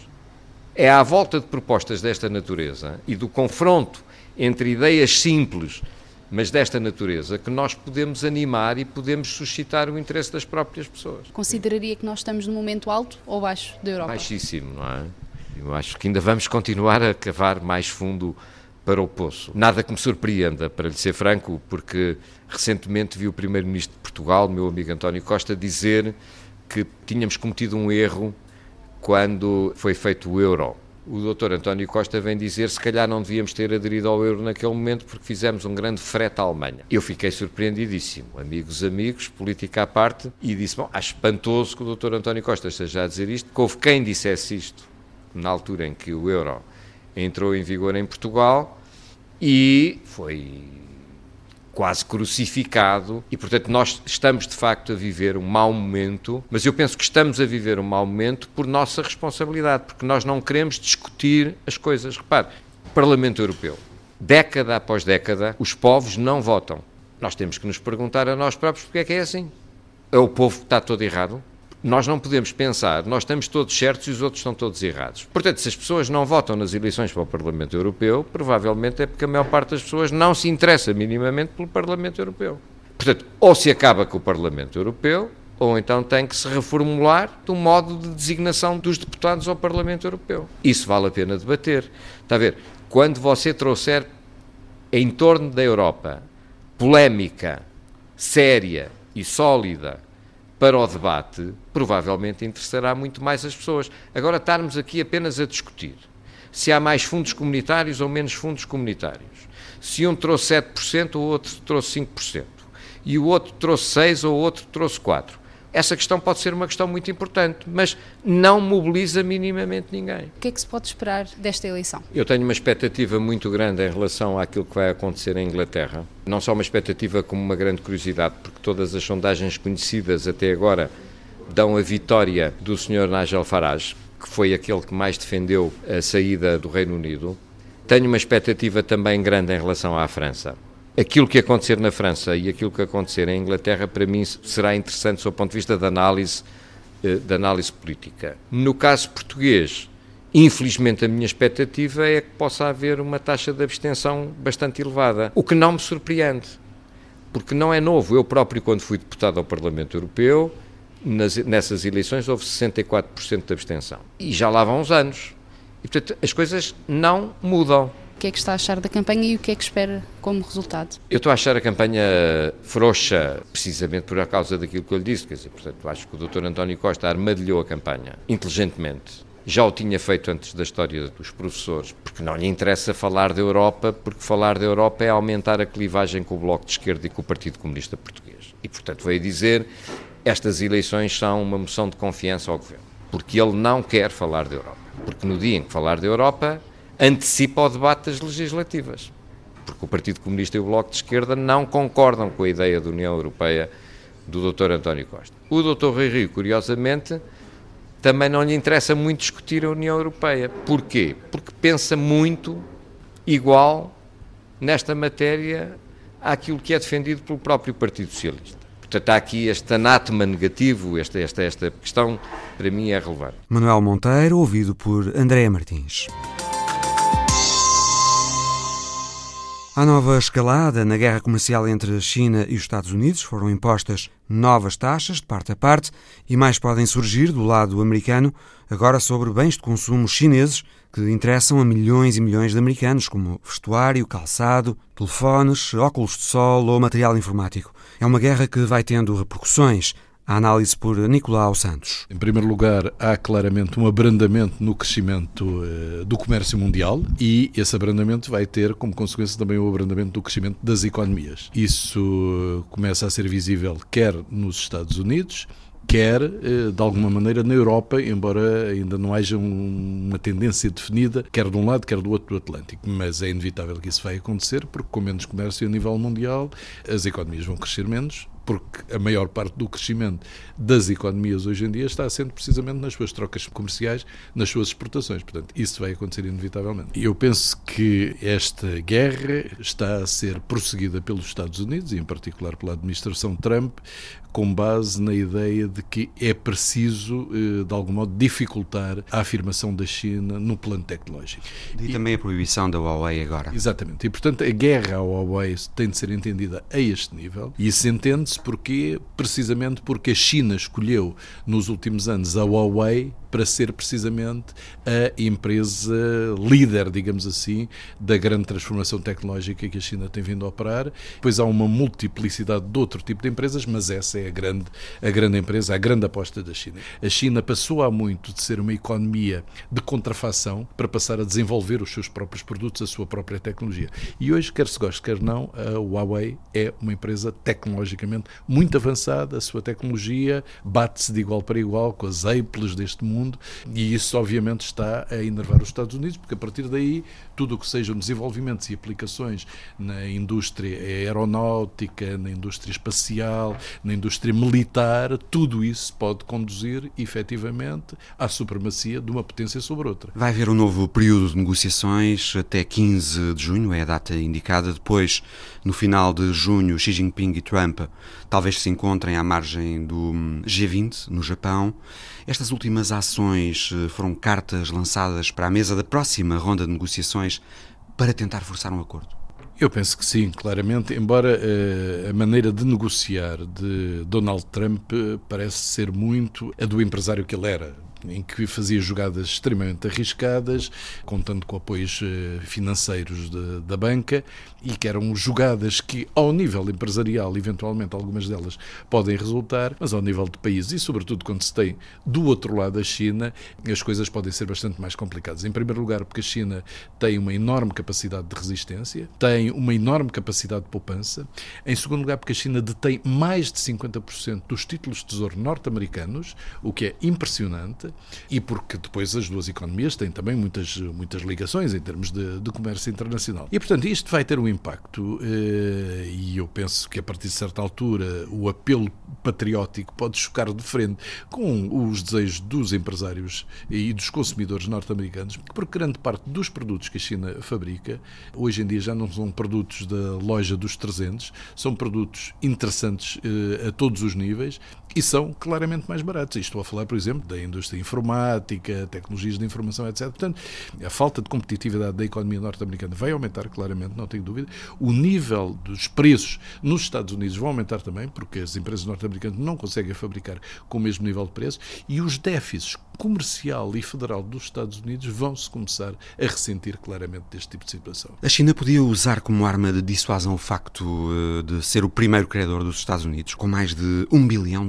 É à volta de propostas desta natureza e do confronto entre ideias simples, mas desta natureza, que nós podemos animar e podemos suscitar o interesse das próprias pessoas. Consideraria que nós estamos num momento alto ou baixo da Europa? Baixíssimo, não é? Eu acho que ainda vamos continuar a cavar mais fundo para o poço. Nada que me surpreenda, para lhe ser franco, porque recentemente vi o Primeiro-Ministro de Portugal, meu amigo António Costa, dizer que tínhamos cometido um erro quando foi feito o euro. O Dr. António Costa vem dizer se calhar não devíamos ter aderido ao euro naquele momento porque fizemos um grande frete à Alemanha. Eu fiquei surpreendidíssimo, amigos, política à parte, e disse, bom, acho espantoso que o Dr. António Costa esteja a dizer isto, que houve quem dissesse isto na altura em que o euro entrou em vigor em Portugal e foi quase crucificado e, portanto, nós estamos de facto a viver um mau momento, mas eu penso que estamos a viver um mau momento por nossa responsabilidade, porque nós não queremos discutir as coisas. Repare, o Parlamento Europeu, década após década, os povos não votam. Nós temos que nos perguntar a nós próprios porque é assim. É o povo que está todo errado? Nós não podemos pensar, nós estamos todos certos e os outros estão todos errados. Portanto, se as pessoas não votam nas eleições para o Parlamento Europeu, provavelmente é porque a maior parte das pessoas não se interessa minimamente pelo Parlamento Europeu. Portanto, ou se acaba com o Parlamento Europeu, ou então tem que se reformular do modo de designação dos deputados ao Parlamento Europeu. Isso vale a pena debater. Está a ver? Quando você trouxer em torno da Europa polémica, séria e sólida, para o debate, provavelmente interessará muito mais as pessoas. Agora, estarmos aqui apenas a discutir se há mais fundos comunitários ou menos fundos comunitários, se um trouxe 7% ou o outro trouxe 5%, e o outro trouxe 6% ou o outro trouxe 4%. Essa questão pode ser uma questão muito importante, mas não mobiliza minimamente ninguém. O que é que se pode esperar desta eleição? Eu tenho uma expectativa muito grande em relação àquilo que vai acontecer em Inglaterra. Não só uma expectativa como uma grande curiosidade, porque todas as sondagens conhecidas até agora dão a vitória do Sr. Nigel Farage, que foi aquele que mais defendeu a saída do Reino Unido. Tenho uma expectativa também grande em relação à França. Aquilo que acontecer na França e aquilo que acontecer em Inglaterra, para mim, será interessante do seu ponto de vista de análise política. No caso português, infelizmente a minha expectativa é que possa haver uma taxa de abstenção bastante elevada, o que não me surpreende, porque não é novo. Eu próprio, quando fui deputado ao Parlamento Europeu, nessas eleições houve 64% de abstenção. E já lá vão uns anos. E, portanto, as coisas não mudam. O que é que está a achar da campanha e o que é que espera como resultado? Eu estou a achar a campanha frouxa, precisamente por causa daquilo que eu lhe disse. Quer dizer, portanto, acho que o Dr. António Costa armadilhou a campanha inteligentemente. Já o tinha feito antes da história dos professores, porque não lhe interessa falar da Europa, porque falar da Europa é aumentar a clivagem com o Bloco de Esquerda e com o Partido Comunista Português. E, portanto, veio dizer, estas eleições são uma moção de confiança ao Governo, porque ele não quer falar da Europa. Porque no dia em que falar da Europa, antecipa o debate das legislativas, porque o Partido Comunista e o Bloco de Esquerda não concordam com a ideia da União Europeia do Dr. António Costa. O Dr. Rui Rio, curiosamente, também não lhe interessa muito discutir a União Europeia. Porquê? Porque pensa muito igual nesta matéria àquilo que é defendido pelo próprio Partido Socialista. Portanto, há aqui este anátema negativo, esta questão, para mim, é relevante. Manuel Monteiro, ouvido por Andréa Martins. Há nova escalada na guerra comercial entre a China e os Estados Unidos. Foram impostas novas taxas de parte a parte e mais podem surgir do lado americano, agora sobre bens de consumo chineses que interessam a milhões e milhões de americanos, como vestuário, calçado, telefones, óculos de sol ou material informático. É uma guerra que vai tendo repercussões. A análise por Nicolau Santos. Em primeiro lugar, há claramente um abrandamento no crescimento do comércio mundial e esse abrandamento vai ter como consequência também o abrandamento do crescimento das economias. Isso começa a ser visível quer nos Estados Unidos, quer, de alguma maneira, na Europa, embora ainda não haja uma tendência definida, quer de um lado, quer do outro do Atlântico. Mas é inevitável que isso vai acontecer, porque com menos comércio a nível mundial, as economias vão crescer menos, porque a maior parte do crescimento das economias hoje em dia está assente precisamente nas suas trocas comerciais, nas suas exportações. Portanto, isso vai acontecer inevitavelmente. E eu penso que esta guerra está a ser prosseguida pelos Estados Unidos, e em particular pela administração Trump, com base na ideia de que é preciso, de algum modo, dificultar a afirmação da China no plano tecnológico. E também a proibição da Huawei agora. Exatamente. E, portanto, a guerra à Huawei tem de ser entendida a este nível, e isso entende-se porque, precisamente porque a China escolheu, nos últimos anos, a Huawei para ser precisamente a empresa líder, digamos assim, da grande transformação tecnológica que a China tem vindo a operar. Depois há uma multiplicidade de outro tipo de empresas, mas essa é a grande empresa, a grande aposta da China. A China passou há muito de ser uma economia de contrafação para passar a desenvolver os seus próprios produtos, a sua própria tecnologia. E hoje, quer se goste, quer não, a Huawei é uma empresa tecnologicamente muito avançada, a sua tecnologia bate-se de igual para igual com as Apples deste mundo, e isso obviamente está a enervar os Estados Unidos, porque a partir daí tudo o que sejam desenvolvimentos e aplicações na indústria aeronáutica, na indústria espacial, na indústria militar, tudo isso pode conduzir efetivamente à supremacia de uma potência sobre outra. Vai haver um novo período de negociações até 15 de junho, é a data indicada. Depois, no final de junho, Xi Jinping e Trump talvez se encontrem à margem do G20, no Japão. Estas últimas ações foram cartas lançadas para a mesa da próxima ronda de negociações para tentar forçar um acordo? Eu penso que sim, claramente, embora a maneira de negociar de Donald Trump parece ser muito a do empresário que ele era, em que fazia jogadas extremamente arriscadas, contando com apoios financeiros da banca, e que eram jogadas que, ao nível empresarial, eventualmente algumas delas podem resultar, mas ao nível de país, e sobretudo quando se tem do outro lado a China, as coisas podem ser bastante mais complicadas. Em primeiro lugar, porque a China tem uma enorme capacidade de resistência, tem uma enorme capacidade de poupança. Em segundo lugar, porque a China detém mais de 50% dos títulos de tesouro norte-americanos, o que é impressionante. e porque depois as duas economias têm também muitas ligações em termos de comércio internacional. E, portanto, isto vai ter um impacto, e eu penso que a partir de certa altura o apelo patriótico pode chocar de frente com os desejos dos empresários e dos consumidores norte-americanos, porque grande parte dos produtos que a China fabrica, hoje em dia já não são produtos da loja dos 300, são produtos interessantes a todos os níveis e são claramente mais baratos. Estou a falar, por exemplo, da indústria informática, tecnologias de informação, etc. Portanto, a falta de competitividade da economia norte-americana vai aumentar claramente, não tenho dúvida. O nível dos preços nos Estados Unidos vão aumentar também, porque as empresas norte-americanas não conseguem fabricar com o mesmo nível de preço, e os déficits comercial e federal dos Estados Unidos vão-se começar a ressentir claramente deste tipo de situação. A China podia usar como arma de dissuasão o facto de ser o primeiro credor dos Estados Unidos, com mais de $1 bilhão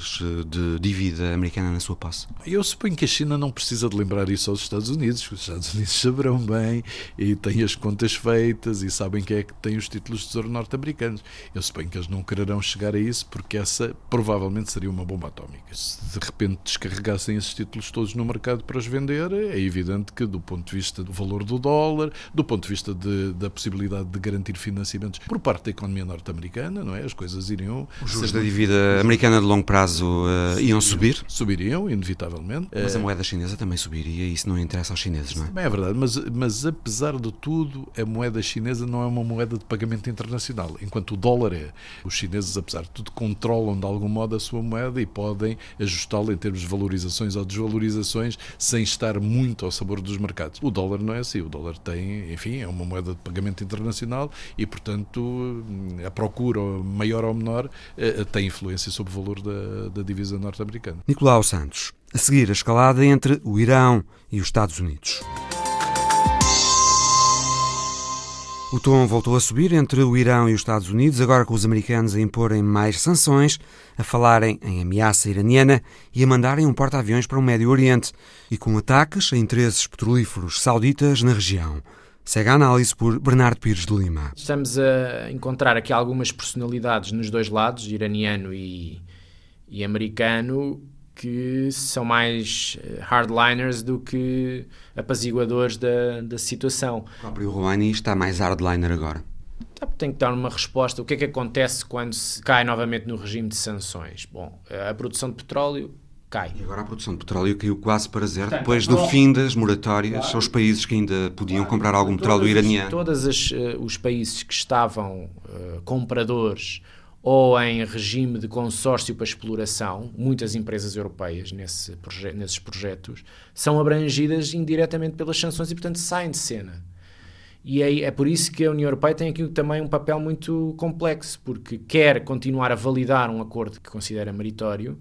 de dívida americana na sua posse? Eu suponho que a China não precisa de lembrar isso aos Estados Unidos. Os Estados Unidos saberão bem e têm as contas feitas e sabem quem é que tem os títulos de tesouro norte-americanos. Eu suponho que eles não quererão chegar a isso, porque essa provavelmente seria uma bomba atómica. Se de repente descarregassem esses títulos todos no mercado para os vender, é evidente que, do ponto de vista do valor do dólar, do ponto de vista da possibilidade de garantir financiamentos por parte da economia norte-americana, não é? As coisas iriam... Os juros da dívida americana de longo prazo iam subir? Subiriam, inevitavelmente. Mas a moeda chinesa também subiria e isso não interessa aos chineses, não é? Também é verdade, mas apesar de tudo, a moeda chinesa não é uma moeda de pagamento internacional, enquanto o dólar é. Os chineses, apesar de tudo, controlam de algum modo a sua moeda e podem ajustá-la em termos de valorizações ou desvalorizações sem estar muito ao sabor dos mercados. O dólar não é assim. O dólar tem, enfim, é uma moeda de pagamento internacional e, portanto, a procura, maior ou menor, tem influência sobre o valor da divisa norte-americana. Nicolau Santos. A seguir, a escalada entre o Irão e os Estados Unidos. O tom voltou a subir entre o Irão e os Estados Unidos, agora com os americanos a imporem mais sanções, a falarem em ameaça iraniana e a mandarem um porta-aviões para o Médio Oriente e com ataques a interesses petrolíferos sauditas na região. Segue a análise por Bernardo Pires de Lima. Estamos a encontrar aqui algumas personalidades nos dois lados, iraniano e americano, que são mais hardliners do que apaziguadores da situação. O próprio Rouhani está mais hardliner agora. Tem que dar uma resposta. O que é que acontece quando se cai novamente no regime de sanções? Bom, a produção de petróleo cai. E agora a produção de petróleo caiu quase para zero depois do fim das moratórias aos países que ainda podiam comprar algum petróleo iraniano. Todos os países que estavam compradores ou em regime de consórcio para exploração, muitas empresas europeias nesses projetos, são abrangidas indiretamente pelas sanções e, portanto, saem de cena. E é por isso que a União Europeia tem aqui também um papel muito complexo, porque quer continuar a validar um acordo que considera meritório,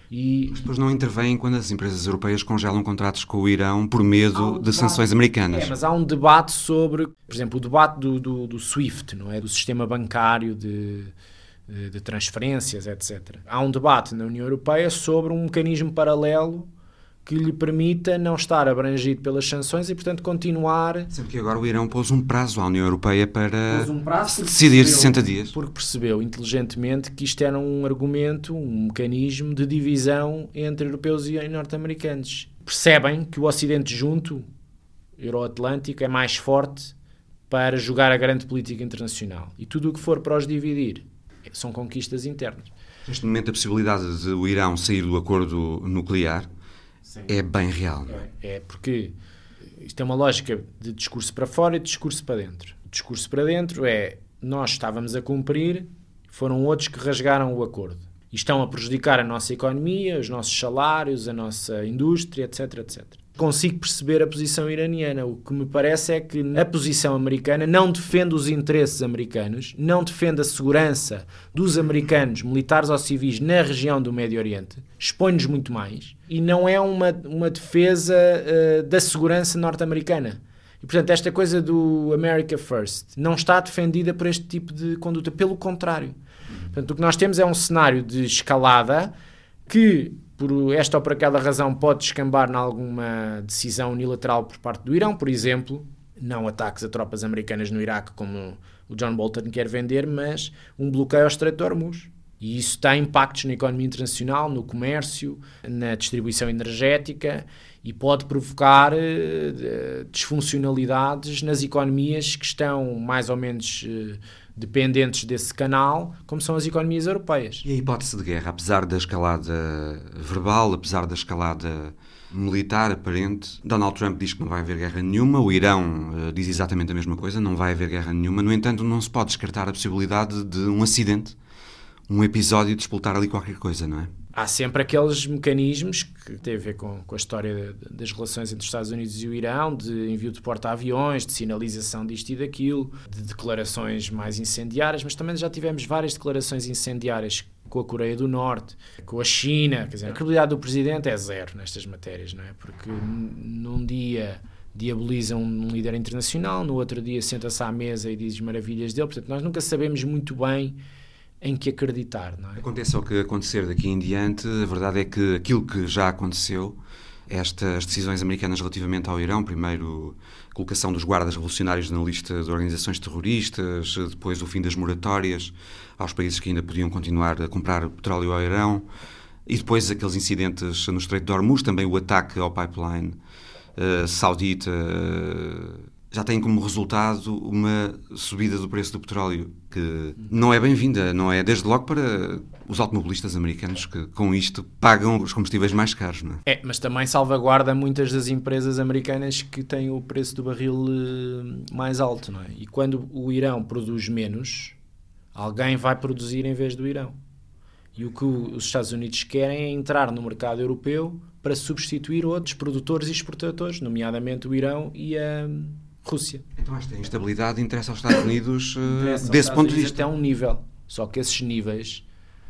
mas depois não intervêm quando as empresas europeias congelam contratos com o Irão por medo de sanções americanas. Mas há um debate sobre, por exemplo, o debate do SWIFT, não é? Do sistema bancário de transferências, etc. Há um debate na União Europeia sobre um mecanismo paralelo que lhe permita não estar abrangido pelas sanções e, portanto, continuar... Sempre que agora o Irão pôs um prazo à União Europeia para decidir 60 dias. Porque percebeu inteligentemente que isto era um argumento, um mecanismo de divisão entre europeus e norte-americanos. Percebem que o Ocidente junto, Euro-Atlântico, é mais forte para jogar a grande política internacional. E tudo o que for para os dividir são conquistas internas. Neste momento, a possibilidade de o Irão sair do acordo nuclear é bem real. É porque isto é uma lógica de discurso para fora e de discurso para dentro. O discurso para dentro é: nós estávamos a cumprir, foram outros que rasgaram o acordo. E estão a prejudicar a nossa economia, os nossos salários, a nossa indústria, etc, etc. Consigo perceber a posição iraniana. O que me parece é que a posição americana não defende os interesses americanos, não defende a segurança dos americanos, militares ou civis, na região do Médio Oriente, expõe-nos muito mais, e não é uma defesa da segurança norte-americana. E, portanto, esta coisa do America First não está defendida por este tipo de conduta. Pelo contrário. Portanto, o que nós temos é um cenário de escalada que, por esta ou por aquela razão, pode descambar em alguma decisão unilateral por parte do Irão, por exemplo, não ataques a tropas americanas no Iraque, como o John Bolton quer vender, mas um bloqueio ao Estreito de Hormuz. E isso tem impactos na economia internacional, no comércio, na distribuição energética e pode provocar disfuncionalidades nas economias que estão mais ou menos dependentes desse canal, como são as economias europeias. E a hipótese de guerra, apesar da escalada verbal, apesar da escalada militar aparente, Donald Trump diz que não vai haver guerra nenhuma, o Irão diz exatamente a mesma coisa, não vai haver guerra nenhuma. No entanto, não se pode descartar a possibilidade de um acidente, um episódio de explotar ali qualquer coisa, não é? Há sempre aqueles mecanismos que têm a ver com a história das relações entre os Estados Unidos e o Irão, de envio de porta-aviões, de sinalização disto e daquilo, de declarações mais incendiárias, mas também já tivemos várias declarações incendiárias com a Coreia do Norte, com a China. Quer dizer, a credibilidade do Presidente é zero nestas matérias, não é? Porque num dia diaboliza um líder internacional, no outro dia senta-se à mesa e diz maravilhas dele. Portanto, nós nunca sabemos muito bem em que acreditar, não é? Aconteça o que acontecer daqui em diante, a verdade é que aquilo que já aconteceu, estas decisões americanas relativamente ao Irão, primeiro a colocação dos guardas revolucionários na lista de organizações terroristas, depois o fim das moratórias aos países que ainda podiam continuar a comprar petróleo ao Irão, e depois aqueles incidentes no Estreito de Hormuz, também o ataque ao pipeline saudita, já tem como resultado uma subida do preço do petróleo, que não é bem-vinda, não é desde logo para os automobilistas americanos que com isto pagam os combustíveis mais caros, não é? Mas também salvaguarda muitas das empresas americanas que têm o preço do barril mais alto, não é? E quando o Irão produz menos, alguém vai produzir em vez do Irão. E o que os Estados Unidos querem é entrar no mercado europeu para substituir outros produtores e exportadores, nomeadamente o Irão e a Rússia. Então esta instabilidade interessa aos Estados Unidos desse ponto de vista? Até um nível, só que esses níveis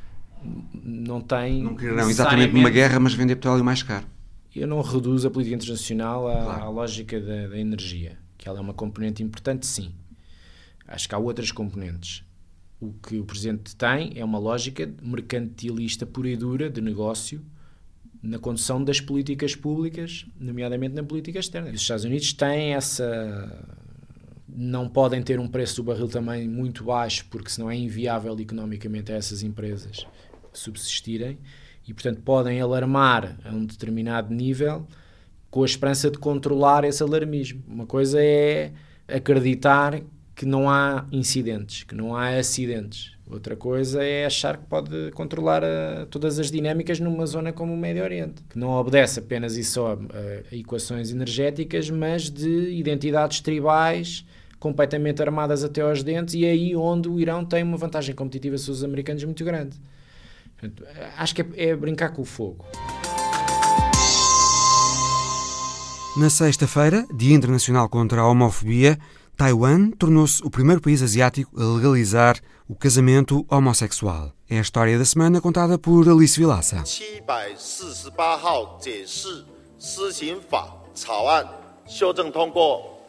não têm... Não quererão exatamente numa guerra, mas vender petróleo mais caro. Eu não reduzo a política internacional à lógica da energia, que ela é uma componente importante, sim. Acho que há outras componentes. O que o Presidente tem é uma lógica mercantilista pura e dura de negócio na condução das políticas públicas, nomeadamente na política externa. Os Estados Unidos têm essa... Não podem ter um preço do barril também muito baixo, porque senão é inviável economicamente a essas empresas subsistirem, e portanto podem alarmar a um determinado nível com a esperança de controlar esse alarmismo. Uma coisa é acreditar que não há incidentes, que não há acidentes. Outra coisa é achar que pode controlar todas as dinâmicas numa zona como o Médio Oriente, que não obedece apenas e só a equações energéticas, mas de identidades tribais completamente armadas até aos dentes, e aí onde o Irão tem uma vantagem competitiva sobre os americanos muito grande. Portanto, acho que é brincar com o fogo. Na sexta-feira, Dia Internacional contra a Homofobia, Taiwan tornou-se o primeiro país asiático a legalizar o casamento homossexual. É a história da semana contada por Alice Vilaça. 748号解释施行法草案修正通过。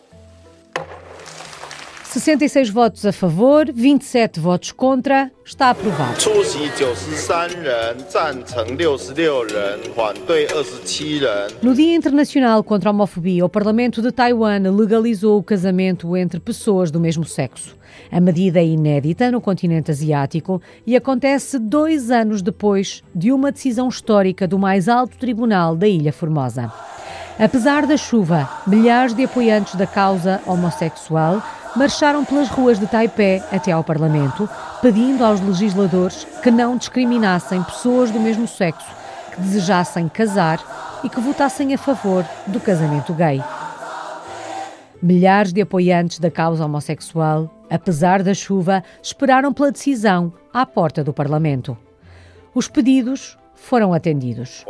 66 votos a favor, 27 votos contra. Está aprovado. 出席93人，赞成66人，反对27人。 No Dia Internacional contra a Homofobia, o Parlamento de Taiwan legalizou o casamento entre pessoas do mesmo sexo. A medida é inédita no continente asiático e acontece 2 anos depois de uma decisão histórica do mais alto tribunal da Ilha Formosa. Apesar da chuva, milhares de apoiantes da causa homossexual marcharam pelas ruas de Taipei até ao Parlamento, pedindo aos legisladores que não discriminassem pessoas do mesmo sexo que desejassem casar e que votassem a favor do casamento gay. Milhares de apoiantes da causa homossexual, apesar da chuva, esperaram pela decisão à porta do Parlamento. Os pedidos foram atendidos.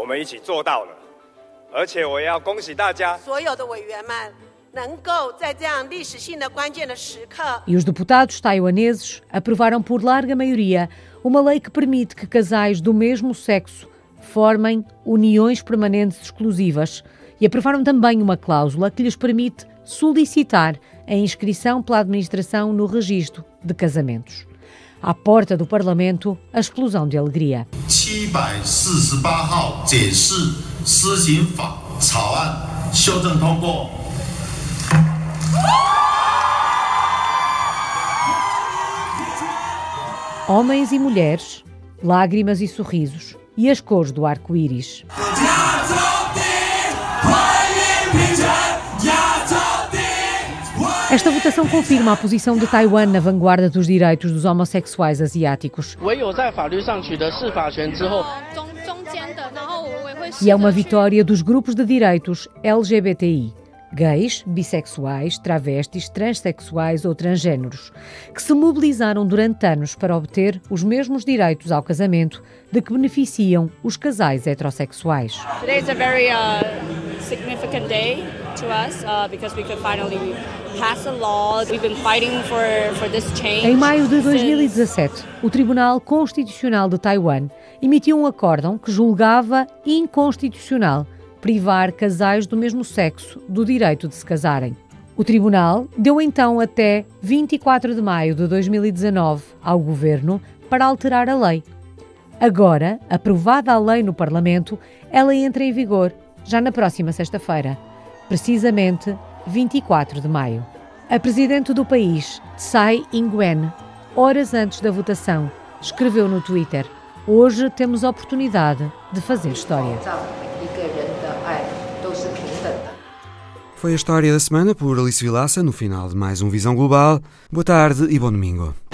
E os deputados taiwaneses aprovaram por larga maioria uma lei que permite que casais do mesmo sexo formem uniões permanentes exclusivas e aprovaram também uma cláusula que lhes permite solicitar a inscrição pela administração no registro de casamentos. À porta do Parlamento, a explosão de alegria. 748号解释施行法草案修正通过。 Homens e mulheres, lágrimas e sorrisos e as cores do arco-íris. Esta votação confirma a posição de Taiwan na vanguarda dos direitos dos homossexuais asiáticos. E é uma vitória dos grupos de direitos LGBTI, gays, bissexuais, travestis, transexuais ou transgêneros, que se mobilizaram durante anos para obter os mesmos direitos ao casamento de que beneficiam os casais heterossexuais. Today is a very significant day to us because we could finally pass a law. We've been fighting for this change. Em maio de 2017, o Tribunal Constitucional de Taiwan emitiu um acórdão que julgava inconstitucional privar casais do mesmo sexo do direito de se casarem. O Tribunal deu então até 24 de maio de 2019 ao Governo para alterar a lei. Agora, aprovada a lei no Parlamento, ela entra em vigor já na próxima sexta-feira, precisamente 24 de maio. A presidente do país, Tsai Ing-wen, horas antes da votação, escreveu no Twitter: "Hoje temos a oportunidade de fazer história." Foi a história da semana por Alice Vilaça, no final de mais um Visão Global. Boa tarde e bom domingo.